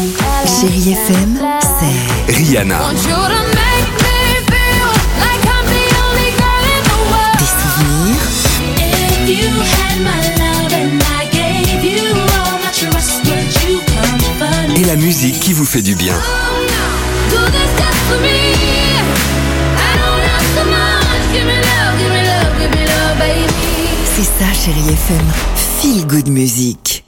Chérie FM, c'est Rihanna. des souvenirs Et la musique qui vous fait du bien. c'est ça Chérie FM, Feel Good Music.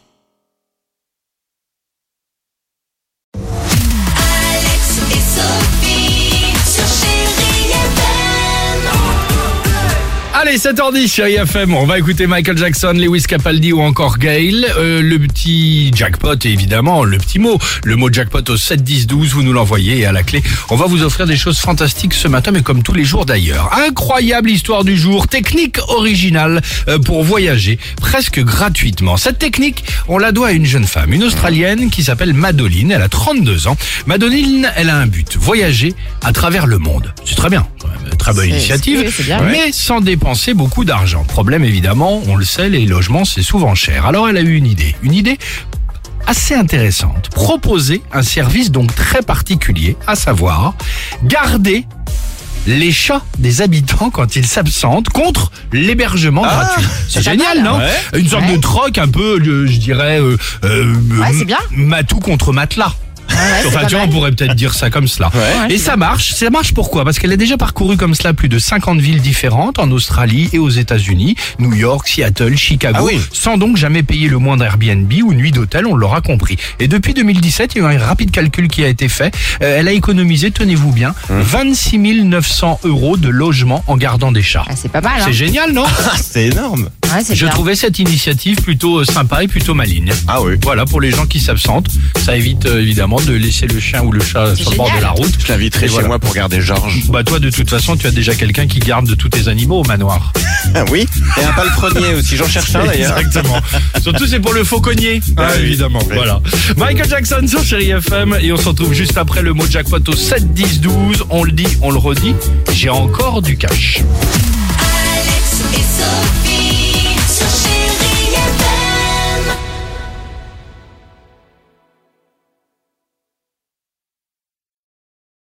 Alex et Sophie sur Chérie FM. Allez, 7h10, Chérie FM, on va écouter Michael Jackson, Lewis Capaldi ou encore Gayle. Le petit jackpot, évidemment, le petit mot. Le mot jackpot au 7-10-12, vous nous l'envoyez et à la clé, on va vous offrir des choses fantastiques ce matin, mais comme tous les jours d'ailleurs. Incroyable histoire du jour, technique originale pour voyager presque gratuitement. Cette technique, on la doit à une jeune femme, une Australienne qui s'appelle Madeline, elle a 32 ans. Madeline, elle a un but, voyager à travers le monde. C'est très bien, quand même, très bonne initiative, c'est bien. mais sans dépenser beaucoup d'argent. Problème évidemment, on le sait, les logements c'est souvent cher. Alors elle a eu une idée assez intéressante. Proposer un service donc très particulier, à savoir garder les chats des habitants quand ils s'absentent contre l'hébergement gratuit. C'est génial, mal, non? Une sorte de troc un peu, je dirais, c'est bien. matou contre matelas. Enfin, tu vois, on pourrait peut-être dire ça comme cela. Et ça marche pourquoi? Parce qu'elle a déjà parcouru comme cela plus de 50 villes différentes en Australie et aux États-Unis, New York, Seattle, Chicago, sans donc jamais payer le moindre Airbnb ou nuit d'hôtel, on l'aura compris. Et depuis 2017, il y a eu un rapide calcul qui a été fait. Elle a économisé, tenez-vous bien, 26 900 € de logement en gardant des chats. Ah, c'est pas mal, hein. C'est génial, non? C'est énorme. Ouais, c'est Je bien. trouvais cette initiative plutôt sympa et plutôt maligne. Ah oui. Voilà, pour les gens qui s'absentent, ça évite évidemment de laisser le chien ou le chat sur le bord de génial. la route. Je l'inviterai Et chez voilà. moi pour garder Georges. Bah toi, de toute façon, tu as déjà quelqu'un qui garde tous tes animaux au manoir. Ah oui. Et un palefrenier aussi. J'en cherche un d'ailleurs. Exactement. Surtout, c'est pour le fauconnier. Ah oui. Évidemment. Oui. Voilà. Michael Jackson sur Chérie FM et on se retrouve juste après le mot jackpot au 7-10-12. On le dit, on le redit. J'ai encore du cash. Alex et Sophie.